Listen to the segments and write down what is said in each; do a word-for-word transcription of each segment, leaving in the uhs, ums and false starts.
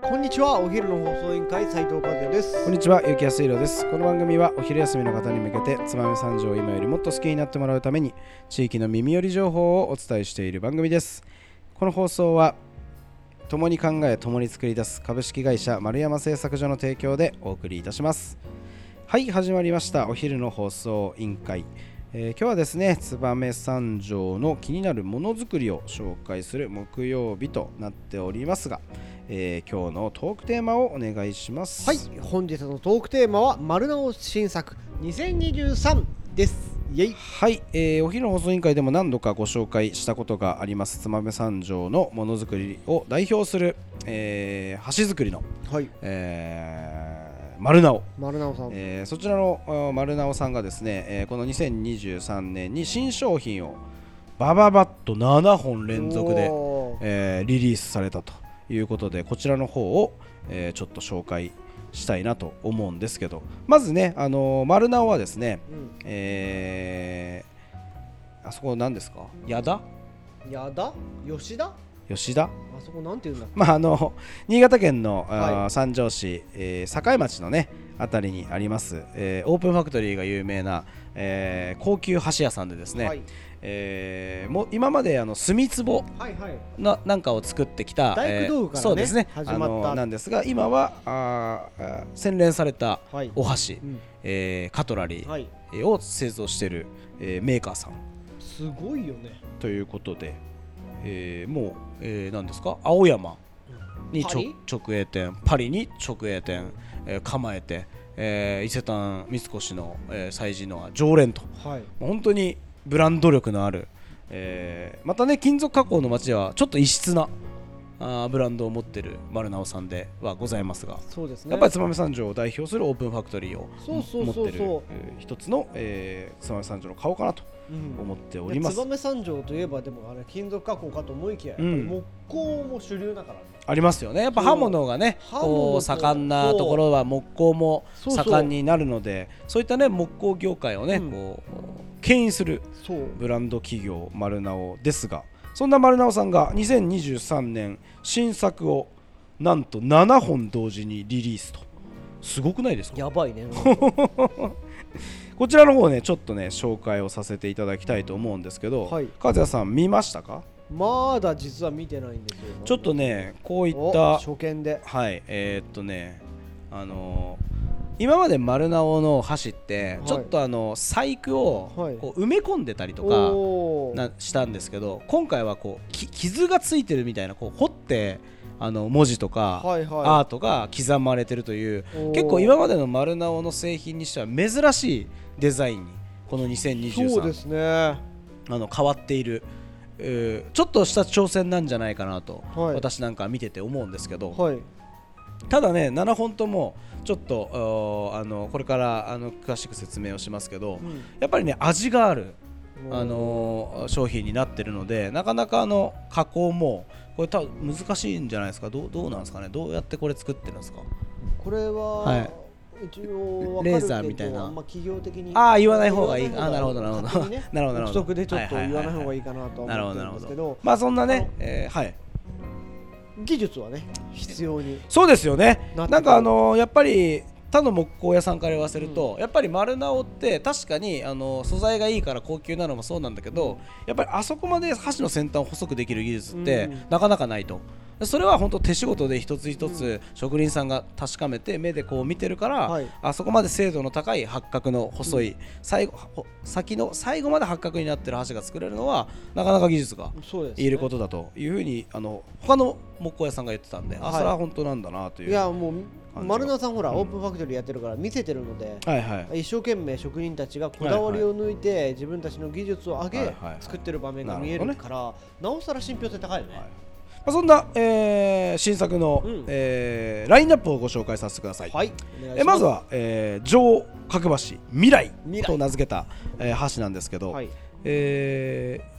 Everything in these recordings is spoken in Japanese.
こんにちは。お昼の放送委員会斉藤和也です。 こんにちは、ゆきやすいろです。この番組はお昼休みの方に向けて燕三条を今よりもっと好きになってもらうために地域の耳寄り情報をお伝えしている番組です。この放送は共に考え共に作り出す株式会社丸山製作所の提供でお送りいたします。はい、始まりましたお昼の放送委員会。えー、今日はですね、燕三条の気になるものづくりを紹介する木曜日となっておりますが、えー、今日のトークテーマをお願いします。 はい、本日のトークテーマは丸直新作にせんにじゅうさんです。イエイ。 はい、えー、お昼の放送委員会でも何度かご紹介したことがあります燕三条のものづくりを代表する、えー、橋作りの、はいえー丸直丸直さん、 えー、そちらの丸直さんがですね、えー、このにせんにじゅうさんねんに新商品をバババッとななほん連続で、えー、リリースされたということで、こちらの方を、えー、ちょっと紹介したいなと思うんですけど、まずね、あのー、丸直はですね、うんえー、あそこ何ですか、矢田矢田吉田吉田あそこなんていうんだっけ、 まあ、あの新潟県の、 はい、 三条市、えー、境町のねあたりにあります、えー、オープンファクトリーが有名な、えー、高級箸屋さんでですね、はいえー、も今まであの墨壺のなんかを作ってきた大工道具から、ねえー、そうですね始まったあのなんですが、今はああ洗練されたお箸、はいうんえー、カトラリーを製造している、えー、メーカーさんすごいよねということで、えー、もう、えー、何ですか、青山に直営店、パリに直営店、えー、構えて、えー、伊勢丹三越の、えー、催事の常連と、はい、本当にブランド力のある、えー、またね金属加工の街ではちょっと異質なあブランドを持っている丸直さんではございますが、 そうですね、 やっぱり燕三条を代表するオープンファクトリーを持っている一つの、えー、燕三条の顔かなと思っております。 燕三条といえばでもあれ金属加工かと思いきや、やっぱり木工も主流だから、ねうん、ありますよね。やっぱ刃物がねこう盛んなところは木工も盛んになるので、そういったね木工業界をね、うん、こう牽引するブランド企業丸直ですが、そんな丸直さんがにせんにじゅうさんねん新作をなんとななほん同時にリリースと、すごくないですか？ やばいねこちらの方ねちょっとね紹介をさせていただきたいと思うんですけど、はい、和也さん見ましたか？ まだ実は見てないんですよ。 ちょっとねこういった初見で、 はいえー、っとねあのー今まで丸直の箸ってちょっとあの細工をこう埋め込んでたりとかなしたんですけど、今回はこう傷がついてるみたいな、こう彫ってあの文字とかアートが刻まれてるという、結構今までの丸直の製品にしては珍しいデザインにこのにせんにじゅうさんそうですね、 あの変わっている、ちょっとした挑戦なんじゃないかなと私なんか見てて思うんですけど、はい、ただねななほんともちょっとあのこれからあの詳しく説明をしますけど、うん、やっぱりね味があるあの商品になってるので、なかなかあの加工もこれ多分難しいんじゃないですか。どう、どうなんですかね。どうやってこれ作ってるんですか。 これは、はい、一応レーザーみたいな、 まあ、企業的にああ言わない方がいい。あなるほどなるほど、ね、なるほどなるほど。 憶測でちょっと言わない方がいいかなと思ってるんですけど、 まあそんなね、えー、はい技術はね必要にそうですよね。なんかあのー、やっぱり他の木工屋さんから言わせると、うん、やっぱり丸直って確かにあの素材がいいから高級なのもそうなんだけど、うん、やっぱりあそこまで箸の先端を細くできる技術って、うん、なかなかないと。それは本当手仕事で一つ一つ職人さんが確かめて目でこう見てるから、はい、あそこまで精度の高い八角の細い、うん、最後先の最後まで八角になってる箸が作れるのはなかなか技術がいることだというふうにあの他の木工屋さんが言ってたんで、はい、あそれは本当なんだなという。 いやもう丸直さんほら、うん、オープンファクトリーやってるから見せてるので、はいはい、一生懸命職人たちがこだわりを抜いて、はいはい、自分たちの技術を上げ、はいはいはい、作ってる場面が見えるから、ななおさら信憑性高いよね。はい、 まあ、そんな、えー、新作の、うんえー、ラインナップをご紹介させてください。はい、えまずは、えー、上角橋未来と名付けた、えー、箸なんですけど、はいえー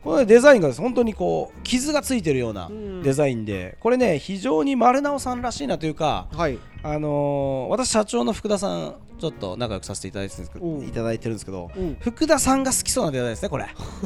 このデザインがです本当にこう傷がついてるようなデザインで、これね非常に丸直さんらしいなというか、はい、あのー、私社長の福田さんちょっと仲良くさせていただいてるんですけど、いただいてるんですけど、福田さんが好きそうなデザインですねこれ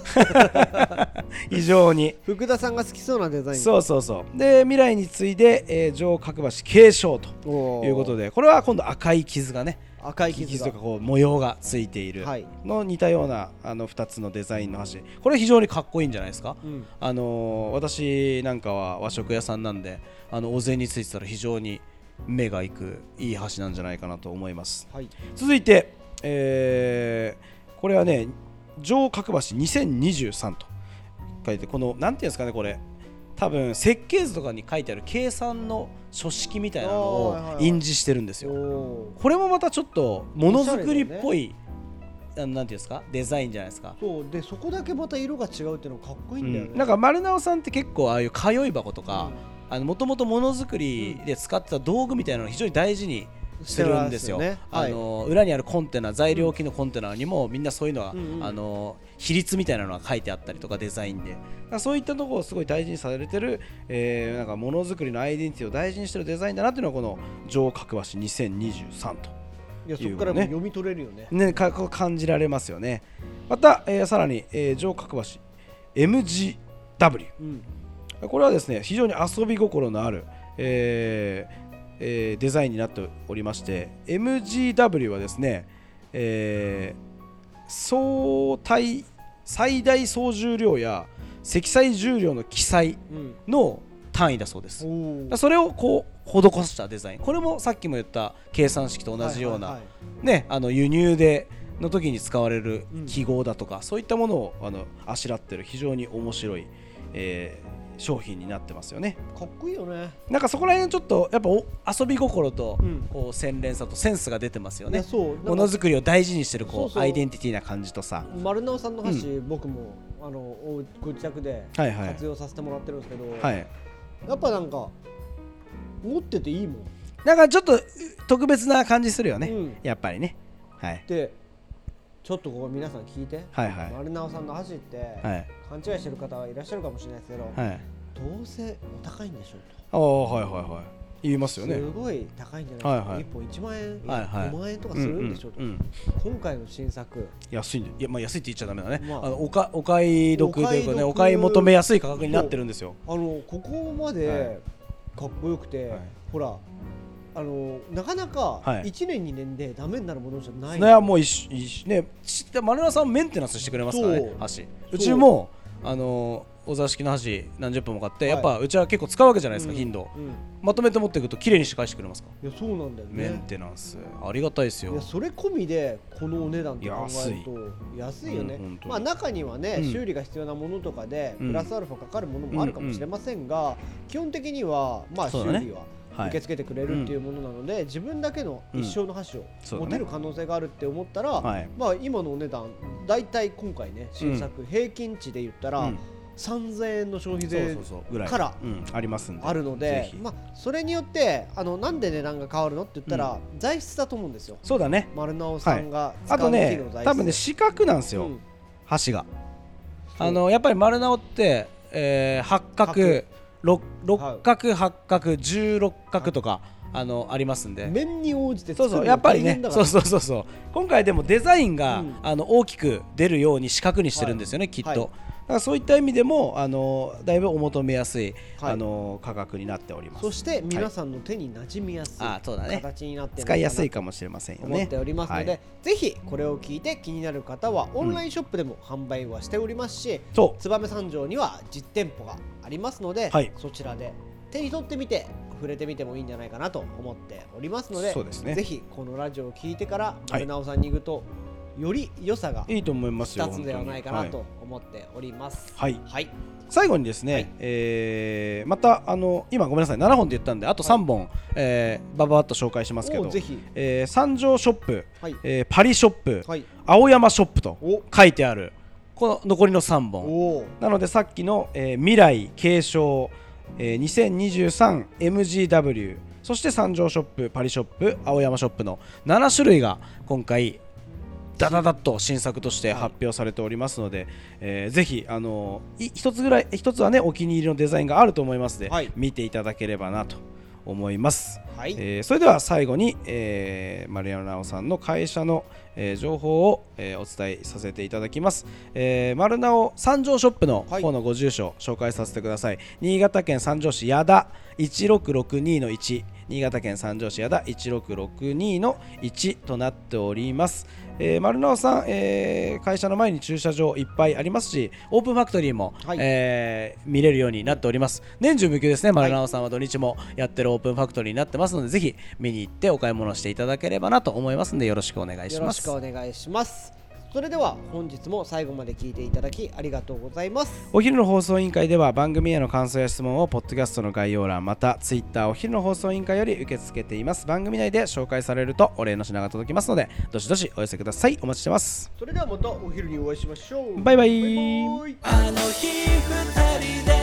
非常に福田さんが好きそうなデザイン。 そうそうそうで未来に次いで、えー、城角橋継承ということで、これは今度赤い傷がね赤い傷とかこう模様がついているの似たようなあのふたつのデザインの箸、これ非常にかっこいいんじゃないですか、うん、あのー、私なんかは和食屋さんなんで、あのお膳についてたら非常に目がいくいい箸なんじゃないかなと思います、はい、続いて、えー、これはね城角橋にせんにじゅうさんと書いて、このなんていうんですかね、これ多分設計図とかに書いてある計算の書式みたいなのを印字してるんですよ。これもまたちょっとものづくりっぽい、ね、なんていうんですかデザインじゃないですか。 そうで、そこだけまた色が違うっていうのかっこいいんだよね、 うん、なんか丸直さんって結構ああいう通い箱とか、もともとものづくりで使ってた道具みたいなのを非常に大事にするんですよ。ね、あの、はい、裏にあるコンテナ、材料機のコンテナにもみんなそういうのは、うんうん、あの比率みたいなのが書いてあったりとか、デザインでそういったところをすごい大事にされてる、えー、なんかものづくりのアイデンティティを大事にしてるデザインだなっていうのはこの城角橋にせんにじゅうさんという、ね、いやそこからも読み取れるよね。ねか感じられますよね。また、えー、さらに、えー、城角橋 エムジーダブリュー、うん、これはですね非常に遊び心のある、えーえー、デザインになっておりまして、 エムジーダブリュー はですね、えー、総体最大総重量や積載重量の記載の単位だそうです、うん、それをこう施したデザイン、これもさっきも言った計算式と同じような、はいはいはい、ね、あの輸入での時に使われる記号だとか、うん、そういったものをあのあしらってる非常に面白い、えー商品になってますよね。 かっこいいよね。 なんかそこら辺ちょっとやっぱ遊び心とこう洗練さとセンスが出てますよね。ものづくりを大事にしてるこうそうそうアイデンティティな感じとさ。 丸直さんの箸、うん、僕もあのご自宅で活用させてもらってるんですけど、はいはい、やっぱなんか持ってていいもん。 なんかちょっと特別な感じするよね、うん、やっぱりね。はい。 でちょっとここ皆さん聞いて、はいはい、丸直さんの箸って、はい、勘違いしてる方はいらっしゃるかもしれないですけど、はい、どうせお高いんでしょうと。 ああ、はいはいはい、言いますよね。 すごい高いんじゃないですか、はいはい、いっぽんいちまんえん、はいはい、ごまんえんとかするんでしょうと、うんうんうん、今回の新作安いんで、いや、まあ、安いって言っちゃダメだね、まあ、あのおかお買い得というかね、お買い求めやすい価格になってるんですよ。 あのここまでかっこよくて、はい、ほらあのなかなかいちねんにねんでダメになるものじゃない、 ね、はい、もう一ね、丸永さんメンテナンスしてくれますからね、箸。うちもあの小沢式の箸何十本も買って、はい、やっぱうちは結構使うわけじゃないですか、うん、頻度、うん、まとめて持っていくと綺麗にして返してくれますか。 いやそうなんだよね、 メンテナンスありがたいですよ。 いやそれ込みでこのお値段って考えると安いよね、うん、まあ中にはね、うん、修理が必要なものとかでプラスアルファかかるものもあるかもしれませんが、うんうん、基本的にはまあ修理は受け付けてくれるっていうものなので、はい、自分だけの一生の箸を持てる可能性があるって思ったら、うんね、まあ今のお値段だいたい今回ね新作、うん、平均値で言ったら、うん、さんぜんえんの消費税からありますんで、あるので、まあそれによってあのなんで値段が変わるのって言ったら、うん、材質だと思うんですよ。 そうだね。 丸直さんが使う木の材質、はい、あとね多分ね四角なんですよ、うん、箸が。あのやっぱり丸直って、えー、八角六角八角十六角とかあのありますんで、 面に応じてそうそうやっぱりね、そうそうそうそう今回でもデザインが、うん、あの大きく出るように四角にしてるんですよね、はい、きっと、はい、だからそういった意味でもあのだいぶお求めやすい、はい、あの価格になっております。 そして皆さんの手に馴染みやすい、はい、あそうだね、形になって使いやすいかもしれませんよね思っておりますので、はい、ぜひこれを聞いて気になる方はオンラインショップでも販売はしておりますし、うん、燕三条には実店舗がありますので、はい、そちらで手に取ってみて触れてみてもいいんじゃないかなと思っておりますので、そうですね、ぜひこのラジオを聞いてから丸直さんに行くと、より良さがいいと思いますよ。 ふたつではないかなと思っております。 はい、はい、最後にですね、はい、えー、またあの今ごめんなさいななほんって言ったんであとさんぼん、はい、えー、ババッと紹介しますけど、ぜひ、えー、三条ショップ、はい、えー、パリショップ、はい、青山ショップと書いてあるこの残りのさんぼんなので、さっきの、えー、未来継承、えー、にせんにじゅうさん エムジーダブリュー そして三条ショップ、パリショップ、青山ショップのななしゅるいが今回ダダダッと新作として発表されておりますので、はい、えー、ぜひあのー、一つぐらい一つはねお気に入りのデザインがあると思いますので、はい、見ていただければなと思います、はい、えー、それでは最後に、えー、丸山直さんの会社の、えー、情報を、えー、お伝えさせていただきます、えー、丸直三条ショップの方のご住所を紹介させてください、はい、新潟県三条市矢田いちろくろくにのいち、新潟県三条市矢田いちろくろくにのいちとなっております。えー、丸直さん、えー、会社の前に駐車場いっぱいありますし、オープンファクトリーも、はい、えー、見れるようになっております。年中無休ですね。丸直さんは土日もやってるオープンファクトリーになってますので、ぜひ見に行ってお買い物していただければなと思いますので、よろしくお願いします。 よろしくお願いします。それでは本日も最後まで聞いていただきありがとうございます。 お昼の放送委員会では番組への感想や質問をポッドキャストの概要欄またツイッターお昼の放送委員会より受け付けています。番組内で紹介されるとお礼の品が届きますのでどしどしお寄せください。お待ちしてます。 それではまたお昼にお会いしましょう。 バイバイ。バイバイ。 あの日二人で